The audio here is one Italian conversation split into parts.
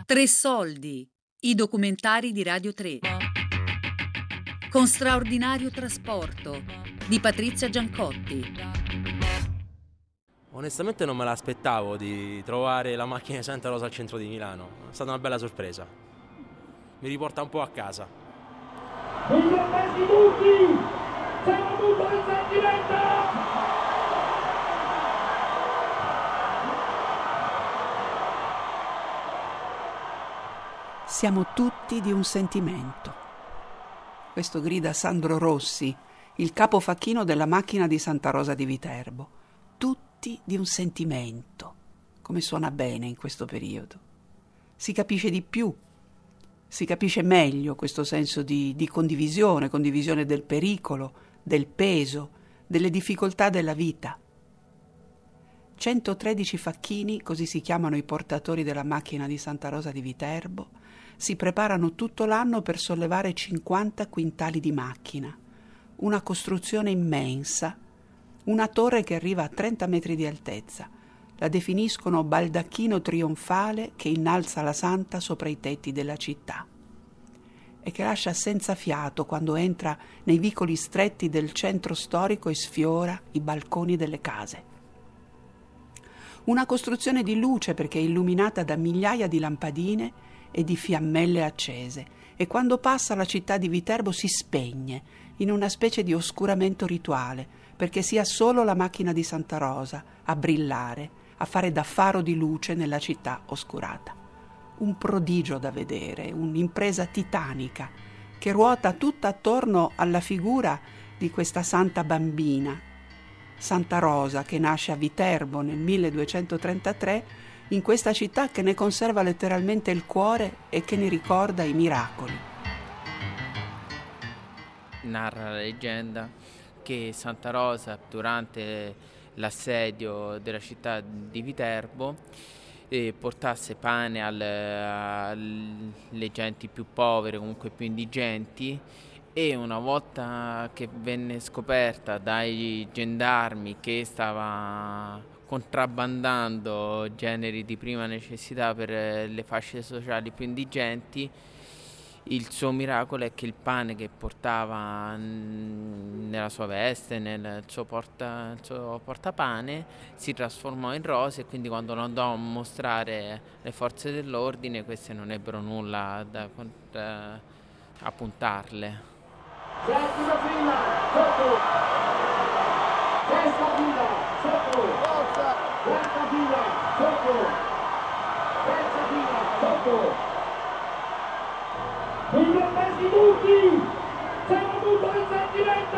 Tre soldi, i documentari di Radio 3. Con straordinario trasporto di Patrizia Giancotti. Onestamente non me l'aspettavo di trovare la macchina di Santa Rosa al centro di Milano. È stata una bella sorpresa. Mi riporta un po' a casa. tutti! Siamo tutto il sentimento! Siamo tutti di un sentimento. Questo grida Sandro Rossi, il capofacchino della macchina di Santa Rosa di Viterbo. Tutti di un sentimento. Come suona bene in questo periodo. Si capisce di più, si capisce meglio questo senso di condivisione del pericolo, del peso, delle difficoltà della vita. 113 facchini, così si chiamano i portatori della macchina di Santa Rosa di Viterbo, si preparano tutto l'anno per sollevare 50 quintali di macchina, una costruzione immensa, una torre che arriva a 30 metri di altezza. La definiscono baldacchino trionfale che innalza la Santa sopra i tetti della città e che lascia senza fiato quando entra nei vicoli stretti del centro storico e sfiora i balconi delle case. Una costruzione di luce perché è illuminata da migliaia di lampadine e di fiammelle accese e quando passa la città di Viterbo si spegne in una specie di oscuramento rituale perché sia solo la macchina di Santa Rosa a brillare, a fare da faro di luce nella città oscurata. Un prodigio da vedere, un'impresa titanica che ruota tutta attorno alla figura di questa santa bambina, Santa Rosa, che nasce a Viterbo nel 1233, in questa città che ne conserva letteralmente il cuore e che ne ricorda i miracoli. Narra la leggenda che Santa Rosa, durante l'assedio della città di Viterbo, portasse pane alle genti più povere, comunque più indigenti, e una volta che venne scoperta dai gendarmi che stava contrabbandando generi di prima necessità per le fasce sociali più indigenti, il suo miracolo è che il pane che portava nella sua veste, nel suo portapane, si trasformò in rose e quindi quando lo andò a mostrare le forze dell'ordine, queste non ebbero nulla a puntarle. Settima fila, sotto! Sesta fila, sotto! Quarta fila, sotto! Terza fila, sotto! Benvenuti tutti! Siamo tutto il sentimento!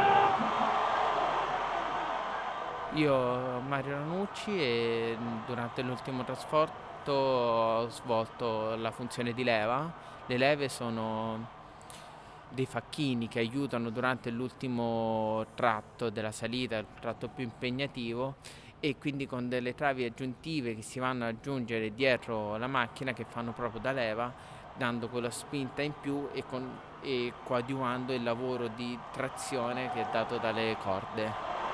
Io, Mario Ranucci, e durante l'ultimo trasporto ho svolto la funzione di leva. Le leve sono dei facchini che aiutano durante l'ultimo tratto della salita, il tratto più impegnativo, e quindi con delle travi aggiuntive che si vanno ad aggiungere dietro la macchina che fanno proprio da leva, dando quella spinta in più e coadiuvando il lavoro di trazione che è dato dalle corde.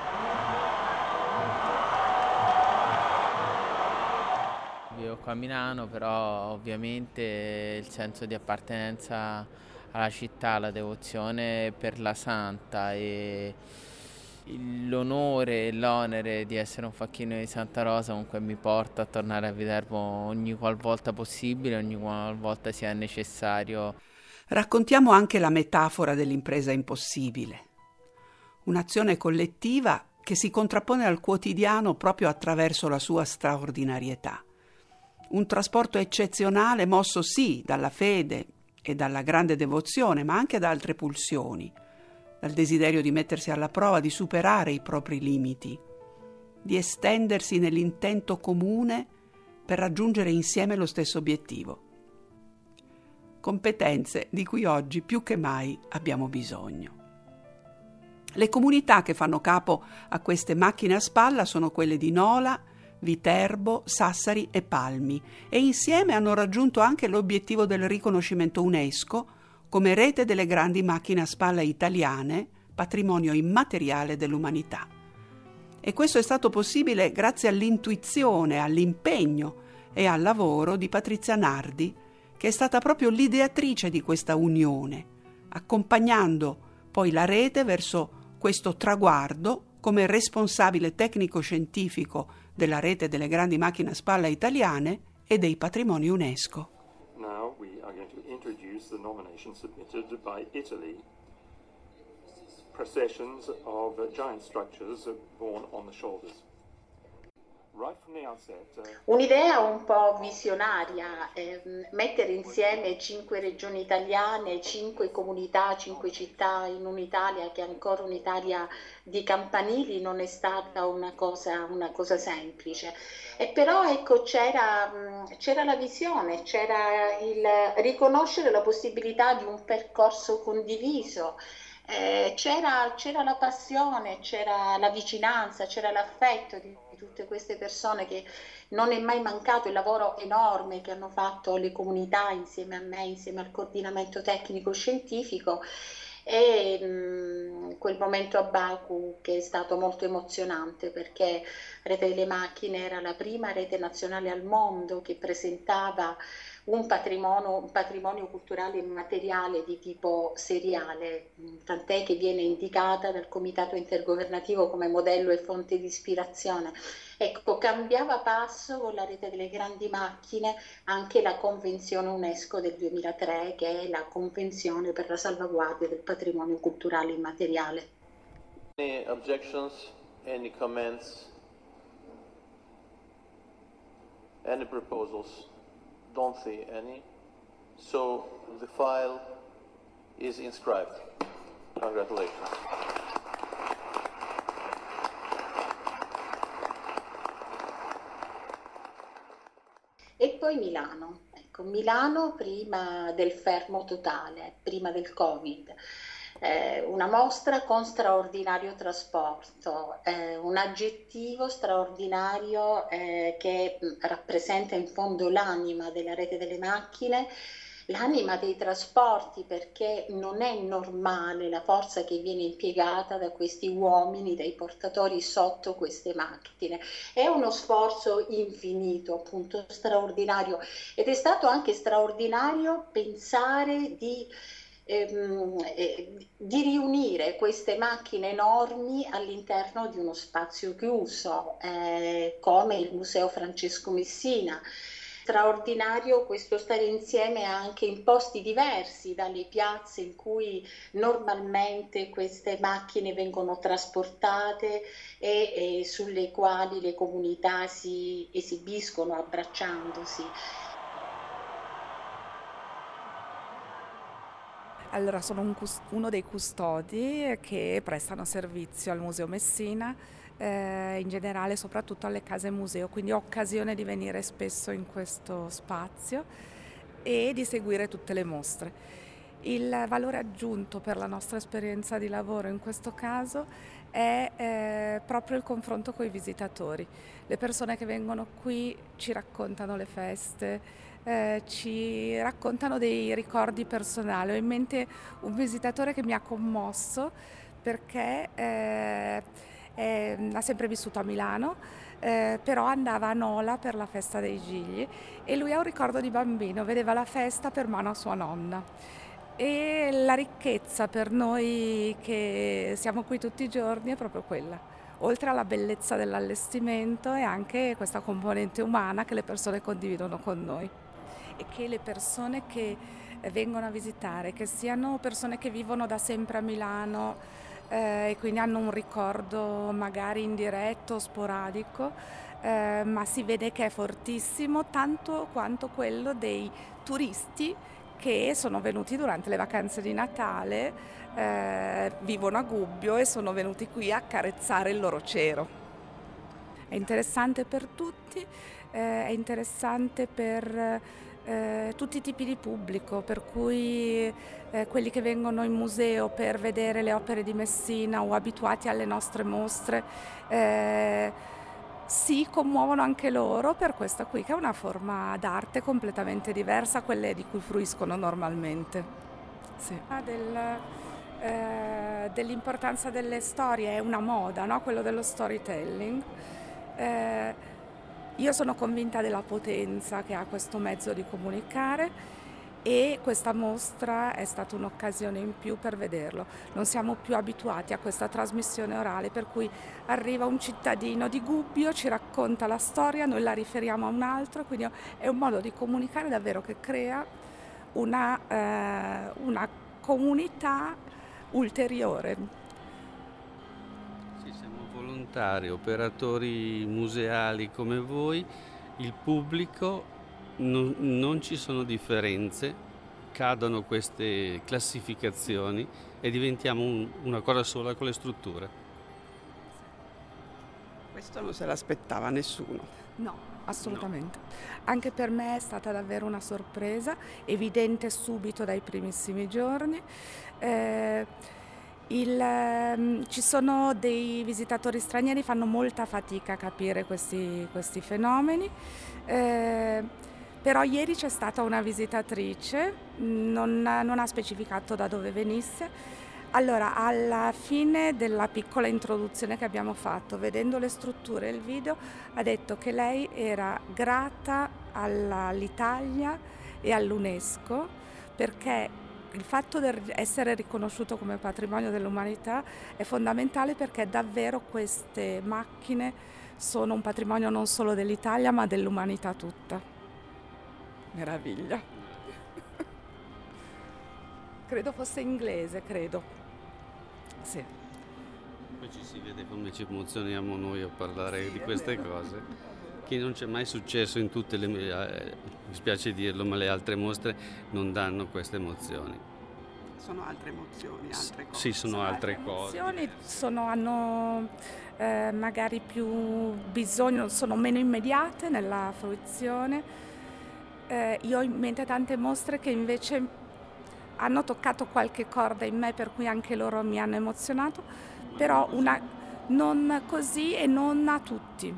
Vivo qua a Milano, però ovviamente il senso di appartenenza alla città, la devozione per la Santa e l'onore e l'onere di essere un facchino di Santa Rosa comunque mi porta a tornare a Viterbo ogni qualvolta possibile, ogni qualvolta sia necessario. Raccontiamo anche la metafora dell'impresa impossibile. Un'azione collettiva che si contrappone al quotidiano proprio attraverso la sua straordinarietà. Un trasporto eccezionale mosso sì dalla fede e dalla grande devozione, ma anche da altre pulsioni, dal desiderio di mettersi alla prova, di superare i propri limiti, di estendersi nell'intento comune per raggiungere insieme lo stesso obiettivo. Competenze di cui oggi più che mai abbiamo bisogno. Le comunità che fanno capo a queste macchine a spalla sono quelle di Nola, Viterbo, Sassari e Palmi, e insieme hanno raggiunto anche l'obiettivo del riconoscimento UNESCO come rete delle grandi macchine a spalla italiane, patrimonio immateriale dell'umanità. E questo è stato possibile grazie all'intuizione, all'impegno e al lavoro di Patrizia Nardi, che è stata proprio l'ideatrice di questa unione, accompagnando poi la rete verso questo traguardo come responsabile tecnico-scientifico della rete delle grandi macchine a spalla italiane e dei patrimoni UNESCO. Now we are going to introduce the nomination submitted by Italy. Processions of giant structures borne on the shoulders. Right from the outset, Un'idea un po' visionaria, mettere insieme 5 regioni italiane, 5 comunità, 5 città in un'Italia che è ancora un'Italia di campanili non è stata una cosa semplice. E però ecco c'era la visione, c'era il riconoscere la possibilità di un percorso condiviso. C'era la passione, c'era la vicinanza, c'era l'affetto di tutte queste persone che non è mai mancato il lavoro enorme che hanno fatto le comunità insieme a me, insieme al coordinamento tecnico scientifico e quel momento a Baku che è stato molto emozionante perché Rete delle Macchine era la prima rete nazionale al mondo che presentava un patrimonio culturale immateriale di tipo seriale, tant'è che viene indicata dal Comitato Intergovernativo come modello e fonte di ispirazione. Ecco, cambiava passo con la rete delle grandi macchine anche la Convenzione UNESCO del 2003, che è la Convenzione per la salvaguardia del patrimonio culturale immateriale. Any objections, any comments, any proposals? Don't see any. So the file is inscribed. Congratulations. E poi Milano. Ecco, Milano prima del fermo totale, prima del Covid. Una mostra con straordinario trasporto, un aggettivo straordinario che rappresenta in fondo l'anima della rete delle macchine, l'anima dei trasporti, perché non è normale la forza che viene impiegata da questi uomini, dai portatori sotto queste macchine. È uno sforzo infinito, appunto straordinario, ed è stato anche straordinario pensare di riunire queste macchine enormi all'interno di uno spazio chiuso come il Museo Francesco Messina. Straordinario questo stare insieme anche in posti diversi dalle piazze in cui normalmente queste macchine vengono trasportate e sulle quali le comunità si esibiscono abbracciandosi. Allora, sono uno dei custodi che prestano servizio al Museo Messina, in generale soprattutto alle case museo, quindi ho occasione di venire spesso in questo spazio e di seguire tutte le mostre. Il valore aggiunto per la nostra esperienza di lavoro in questo caso è proprio il confronto con i visitatori. Le persone che vengono qui ci raccontano le feste, ci raccontano dei ricordi personali. Ho in mente un visitatore che mi ha commosso perché ha sempre vissuto a Milano, però andava a Nola per la festa dei Gigli e lui ha un ricordo di bambino, vedeva la festa per mano a sua nonna. E la ricchezza per noi che siamo qui tutti i giorni è proprio quella, oltre alla bellezza dell'allestimento e anche questa componente umana che le persone condividono con noi. E che le persone che vengono a visitare, che siano persone che vivono da sempre a Milano e quindi hanno un ricordo magari indiretto, sporadico, ma si vede che è fortissimo, tanto quanto quello dei turisti che sono venuti durante le vacanze di Natale, vivono a Gubbio e sono venuti qui a accarezzare il loro cero. È interessante per tutti, è interessante per tutti i tipi di pubblico, per cui quelli che vengono in museo per vedere le opere di Messina o abituati alle nostre mostre si commuovono anche loro per questa qui, che è una forma d'arte completamente diversa a quelle di cui fruiscono normalmente. Sì. Dell'importanza delle storie è una moda, no? Quello dello storytelling. Io sono convinta della potenza che ha questo mezzo di comunicare e questa mostra è stata un'occasione in più per vederlo. Non siamo più abituati a questa trasmissione orale, per cui arriva un cittadino di Gubbio, ci racconta la storia, noi la riferiamo a un altro, quindi è un modo di comunicare davvero che crea una comunità ulteriore. Sì, siamo volontari, operatori museali come voi, il pubblico. Non ci sono differenze, cadono queste classificazioni e diventiamo una cosa sola con le strutture. Questo non se l'aspettava nessuno. No, assolutamente. No. Anche per me è stata davvero una sorpresa, evidente subito dai primissimi giorni. Ci sono dei visitatori stranieri che fanno molta fatica a capire questi fenomeni. Però ieri c'è stata una visitatrice, non ha specificato da dove venisse. Allora, alla fine della piccola introduzione che abbiamo fatto, vedendo le strutture e il video, ha detto che lei era grata all'Italia e all'UNESCO perché il fatto di essere riconosciuto come patrimonio dell'umanità è fondamentale, perché davvero queste macchine sono un patrimonio non solo dell'Italia ma dell'umanità tutta. Meraviglia. Credo fosse inglese, credo. Sì. Poi ci si vede come ci emozioniamo noi a parlare di queste cose, che non c'è mai successo in tutte le, mi spiace dirlo, ma le altre mostre non danno queste emozioni. Sono altre emozioni, altre cose. Sì, sono altre cose. Le emozioni hanno magari più bisogno, sono meno immediate nella fruizione. Io ho in mente tante mostre che invece hanno toccato qualche corda in me, per cui anche loro mi hanno emozionato, però non così e non a tutti.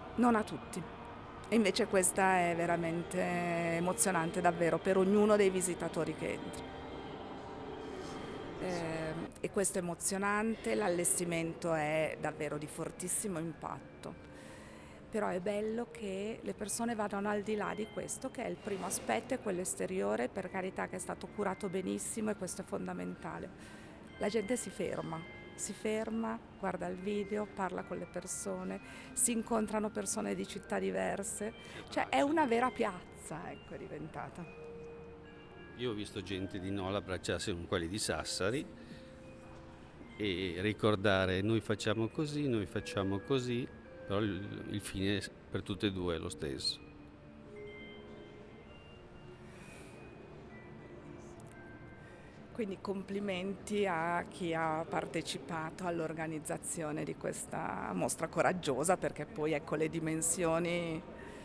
E invece questa è veramente emozionante davvero per ognuno dei visitatori che entra. E questo è emozionante, l'allestimento è davvero di fortissimo impatto. Però è bello che le persone vadano al di là di questo, che è il primo aspetto, è quello esteriore, per carità, che è stato curato benissimo, e questo è fondamentale. La gente si ferma, guarda il video, parla con le persone, si incontrano persone di città diverse, cioè è una vera piazza, ecco, è diventata. Io ho visto gente di Nola abbracciarsi con quelli di Sassari e ricordare noi facciamo così, però il fine per tutte e due è lo stesso. Quindi complimenti a chi ha partecipato all'organizzazione di questa mostra coraggiosa, perché poi ecco le dimensioni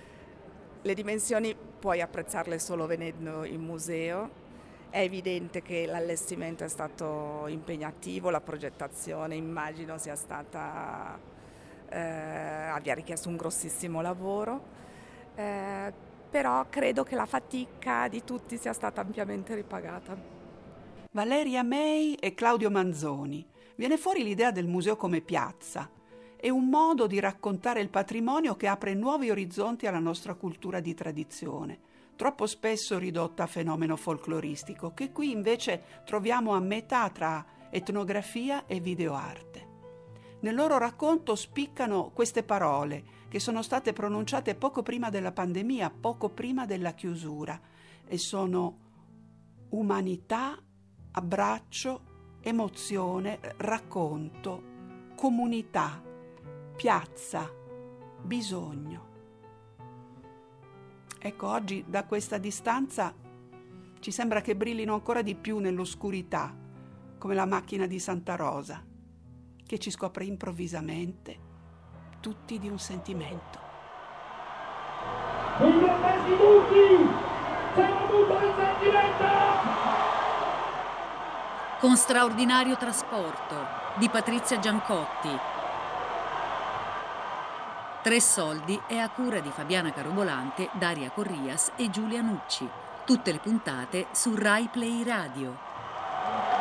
puoi apprezzarle solo venendo in museo. È evidente che l'allestimento è stato impegnativo, la progettazione immagino sia stata abbia richiesto un grossissimo lavoro, però credo che la fatica di tutti sia stata ampiamente ripagata. Valeria May e Claudio Manzoni. Viene fuori l'idea del museo come piazza. È un modo di raccontare il patrimonio che apre nuovi orizzonti alla nostra cultura di tradizione, troppo spesso ridotta a fenomeno folcloristico, che qui invece troviamo a metà tra etnografia e videoarte. Nel loro racconto spiccano queste parole che sono state pronunciate poco prima della pandemia, poco prima della chiusura, e sono umanità, abbraccio, emozione, racconto, comunità, piazza, bisogno. Ecco, oggi da questa distanza ci sembra che brillino ancora di più nell'oscurità, come la macchina di Santa Rosa, che ci scopre improvvisamente tutti di un sentimento. Fermati tutti! Siamo tutti in diretta! Con straordinario trasporto di Patrizia Giancotti. Tre soldi è a cura di Fabiana Carobolante, Daria Corrias e Giulia Nucci. Tutte le puntate su Rai Play Radio.